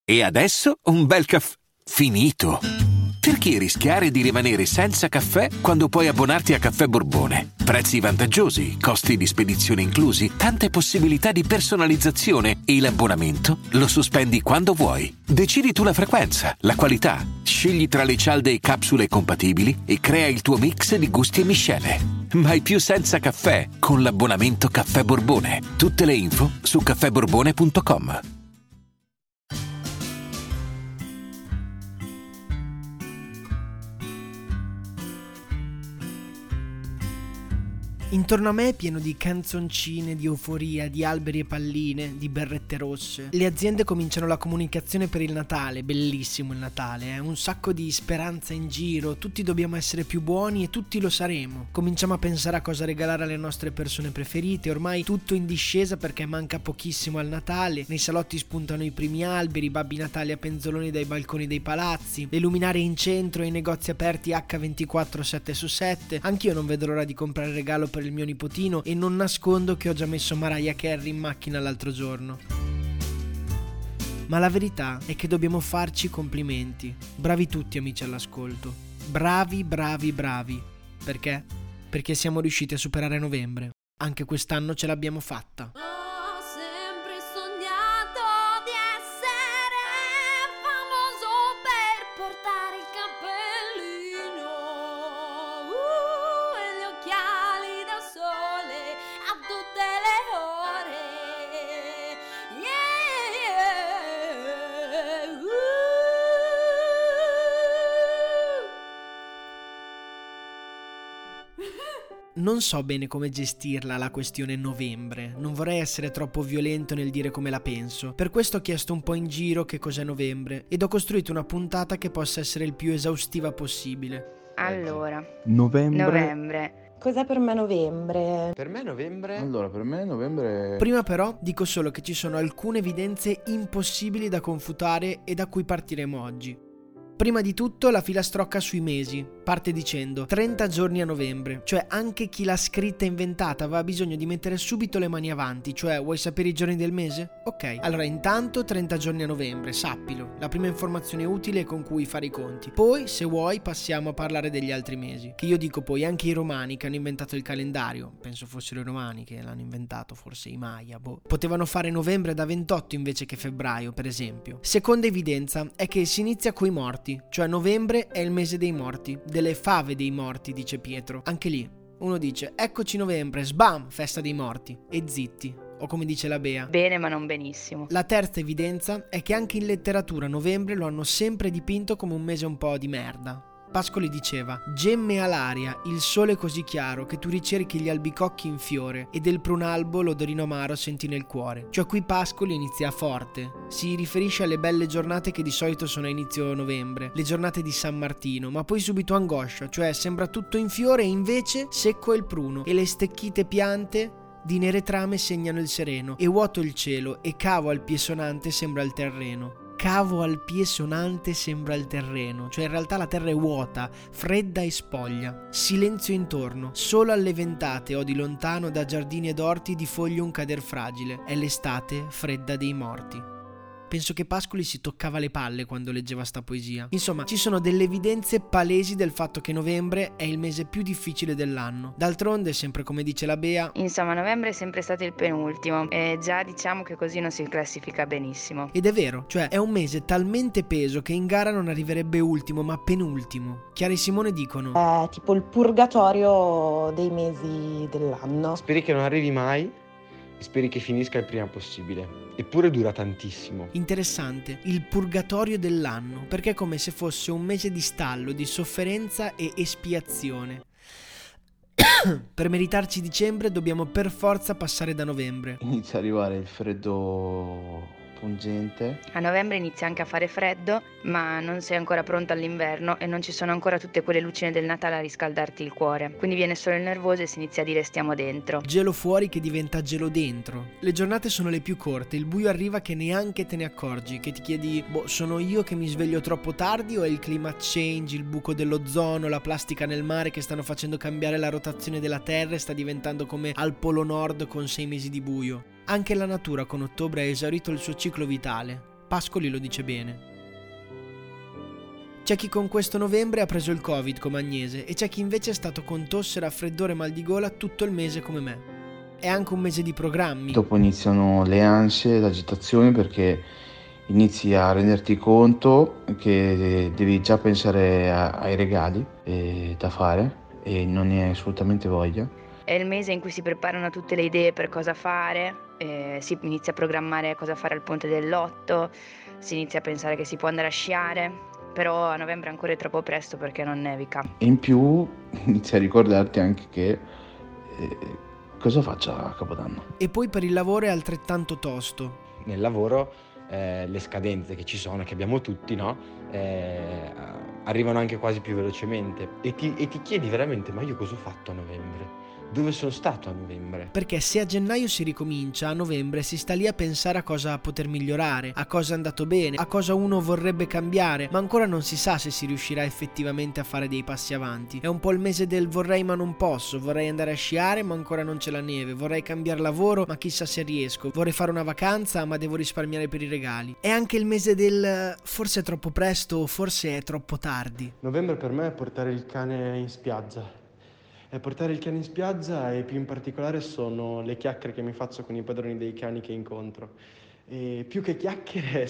E adesso un bel caffè finito. Perché rischiare di rimanere senza caffè quando puoi abbonarti a Caffè Borbone? Prezzi vantaggiosi, costi di spedizione inclusi, tante possibilità di personalizzazione e l'abbonamento lo sospendi quando vuoi. Decidi tu la frequenza, la qualità, scegli tra le cialde e capsule compatibili e crea il tuo mix di gusti e miscele. Mai più senza caffè con l'abbonamento Caffè Borbone. Tutte le info su caffèborbone.com. Intorno a me è pieno di canzoncine, di euforia, di alberi e palline, di berrette rosse. Le aziende cominciano la comunicazione per il Natale, bellissimo il Natale, un sacco di speranza in giro, tutti dobbiamo essere più buoni e tutti lo saremo. Cominciamo a pensare a cosa regalare alle nostre persone preferite, ormai tutto in discesa perché manca pochissimo al Natale, nei salotti spuntano i primi alberi, i babbi Natali a penzoloni dai balconi dei palazzi, le luminarie in centro e i negozi aperti H24 7/7. Anch'io non vedo l'ora di comprare il regalo per il mio nipotino e non nascondo che ho già messo Mariah Carey in macchina l'altro giorno. Ma la verità è che dobbiamo farci complimenti. Bravi tutti amici all'ascolto. Bravi. Perché? Perché siamo riusciti a superare novembre. Anche quest'anno ce l'abbiamo fatta. Non so bene come gestirla la questione novembre, non vorrei essere troppo violento nel dire come la penso, per questo ho chiesto un po' in giro che cos'è novembre ed ho costruito una puntata che possa essere il più esaustiva possibile. Allora, Novembre. Cos'è per me novembre? Per me novembre... Allora, per me novembre... Prima però dico solo che ci sono alcune evidenze impossibili da confutare e da cui partiremo oggi. Prima di tutto la filastrocca sui mesi, parte dicendo 30 giorni a novembre, cioè anche chi l'ha scritta e inventata aveva bisogno di mettere subito le mani avanti, cioè vuoi sapere i giorni del mese? Ok, allora intanto 30 giorni a novembre, sappilo, la prima informazione utile con cui fare i conti. Poi se vuoi passiamo a parlare degli altri mesi, che io dico poi anche i romani che hanno inventato il calendario, penso fossero i romani che l'hanno inventato, forse i Maya, potevano fare novembre da 28 invece che febbraio per esempio. Seconda evidenza è che si inizia coi morti, cioè novembre è il mese dei morti, delle fave dei morti, dice Pietro. Anche lì uno dice eccoci novembre, sbam, festa dei morti, e zitti, o come dice la Bea, bene ma non benissimo. La terza evidenza è che anche in letteratura novembre lo hanno sempre dipinto come un mese un po' di merda. Pascoli diceva: gemme all'aria, il sole così chiaro che tu ricerchi gli albicocchi in fiore e del prunalbo l'odorino amaro senti nel cuore. Cioè qui Pascoli inizia forte, si riferisce alle belle giornate che di solito sono a inizio novembre, le giornate di San Martino, ma poi subito angoscia, cioè sembra tutto in fiore e invece secco è il pruno e le stecchite piante di nere trame segnano il sereno, e vuoto il cielo e cavo al piè sonante sembra il terreno. Cavo al piè sonante sembra il terreno, cioè in realtà la terra è vuota, fredda e spoglia. Silenzio intorno, solo alle ventate o di lontano da giardini ed orti di foglio un cader fragile. È l'estate fredda dei morti. Penso che Pascoli si toccava le palle quando leggeva sta poesia. Insomma, ci sono delle evidenze palesi del fatto che novembre è il mese più difficile dell'anno. D'altronde, sempre come dice la Bea, insomma, novembre è sempre stato il penultimo e già diciamo che così non si classifica benissimo. Ed è vero, cioè è un mese talmente peso che in gara non arriverebbe ultimo, ma penultimo. Chiara e Simone dicono: è tipo il purgatorio dei mesi dell'anno. Speri che non arrivi mai e speri che finisca il prima possibile. Eppure dura tantissimo. Interessante, il purgatorio dell'anno, perché è come se fosse un mese di stallo, di sofferenza e espiazione. Per meritarci dicembre dobbiamo per forza passare da novembre. Inizia a arrivare il freddo pungente. A novembre inizia anche a fare freddo, ma non sei ancora pronto all'inverno e non ci sono ancora tutte quelle lucine del Natale a riscaldarti il cuore. Quindi viene solo il nervoso e si inizia a dire stiamo dentro. Gelo fuori che diventa gelo dentro. Le giornate sono le più corte, il buio arriva che neanche te ne accorgi, che ti chiedi: sono io che mi sveglio troppo tardi o è il climate change, il buco dell'ozono, la plastica nel mare che stanno facendo cambiare la rotazione della Terra e sta diventando come al Polo Nord con 6 mesi di buio. Anche la natura con ottobre ha esaurito il suo ciclo vitale. Pascoli lo dice bene. C'è chi con questo novembre ha preso il Covid come Agnese e c'è chi invece è stato con tosse, raffreddore e mal di gola tutto il mese come me. È anche un mese di programmi. Dopo iniziano le ansie, l'agitazione, perché inizi a renderti conto che devi già pensare ai regali da fare e non ne hai assolutamente voglia. È il mese in cui si preparano tutte le idee per cosa fare, si inizia a programmare cosa fare al ponte dell'8, si inizia a pensare che si può andare a sciare. Però a novembre ancora è troppo presto perché non nevica. E in più inizi a ricordarti anche che cosa faccio a Capodanno. E poi per il lavoro è altrettanto tosto. Nel lavoro le scadenze che ci sono, che abbiamo tutti, no? Arrivano anche quasi più velocemente e ti chiedi veramente: ma io cosa ho fatto a novembre? Dove sono stato a novembre? Perché se a gennaio si ricomincia, a novembre si sta lì a pensare a cosa poter migliorare, a cosa è andato bene, a cosa uno vorrebbe cambiare, ma ancora non si sa se si riuscirà effettivamente a fare dei passi avanti. È un po' il mese del vorrei ma non posso, vorrei andare a sciare ma ancora non c'è la neve, vorrei cambiare lavoro ma chissà se riesco, vorrei fare una vacanza ma devo risparmiare per i regali. È anche il mese del forse è troppo presto o forse è troppo tardi. Novembre per me è portare il cane in spiaggia. E portare il cane in spiaggia e più in particolare sono le chiacchiere che mi faccio con i padroni dei cani che incontro. E più che chiacchiere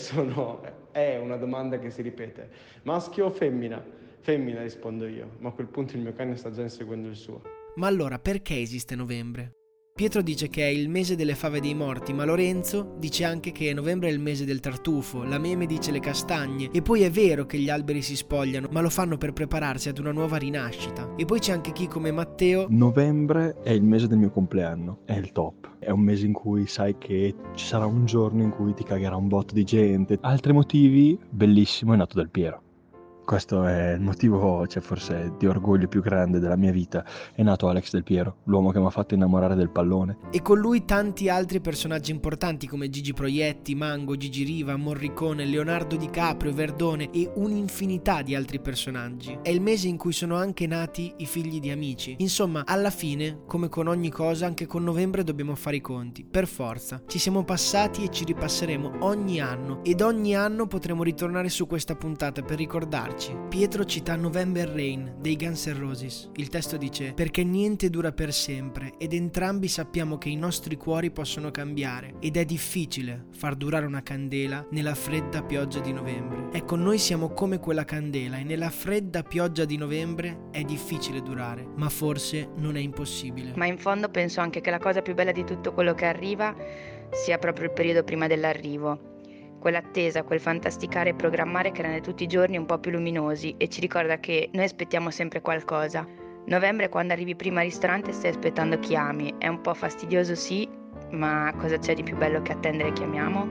è una domanda che si ripete: maschio o femmina? Femmina, rispondo io, ma a quel punto il mio cane sta già inseguendo il suo. Ma allora perché esiste novembre? Pietro dice che è il mese delle fave dei morti, ma Lorenzo dice anche che novembre è il mese del tartufo, la Meme dice le castagne, e poi è vero che gli alberi si spogliano, ma lo fanno per prepararsi ad una nuova rinascita. E poi c'è anche chi come Matteo: novembre è il mese del mio compleanno, è il top. È un mese in cui sai che ci sarà un giorno in cui ti cagherà un botto di gente. Altri motivi, bellissimo, è nato Del Piero. Questo è il motivo, forse di orgoglio più grande della mia vita. È nato Alex Del Piero, l'uomo che mi ha fatto innamorare del pallone. E con lui tanti altri personaggi importanti come Gigi Proietti, Mango, Gigi Riva, Morricone, Leonardo DiCaprio, Verdone e un'infinità di altri personaggi. È il mese in cui sono anche nati i figli di Amici. Insomma, alla fine, come con ogni cosa, anche con novembre dobbiamo fare i conti. Per forza. Ci siamo passati e ci ripasseremo ogni anno. Ed ogni anno potremo ritornare su questa puntata per ricordarci. Pietro cita November Rain dei Guns N' Roses. Il testo dice: perché niente dura per sempre ed entrambi sappiamo che i nostri cuori possono cambiare ed è difficile far durare una candela nella fredda pioggia di novembre. Ecco, noi siamo come quella candela e nella fredda pioggia di novembre è difficile durare, ma forse non è impossibile. Ma in fondo penso anche che la cosa più bella di tutto quello che arriva sia proprio il periodo prima dell'arrivo. Quell'attesa, quel fantasticare e programmare che rende tutti i giorni un po' più luminosi e ci ricorda che noi aspettiamo sempre qualcosa. Novembre, quando arrivi prima al ristorante, stai aspettando chi ami. È un po' fastidioso, sì, ma cosa c'è di più bello che attendere chi amiamo?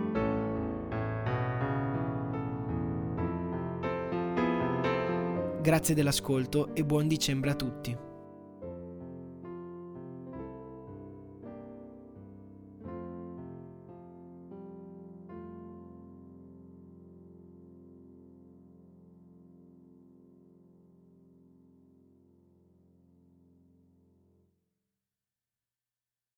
Grazie dell'ascolto e buon dicembre a tutti.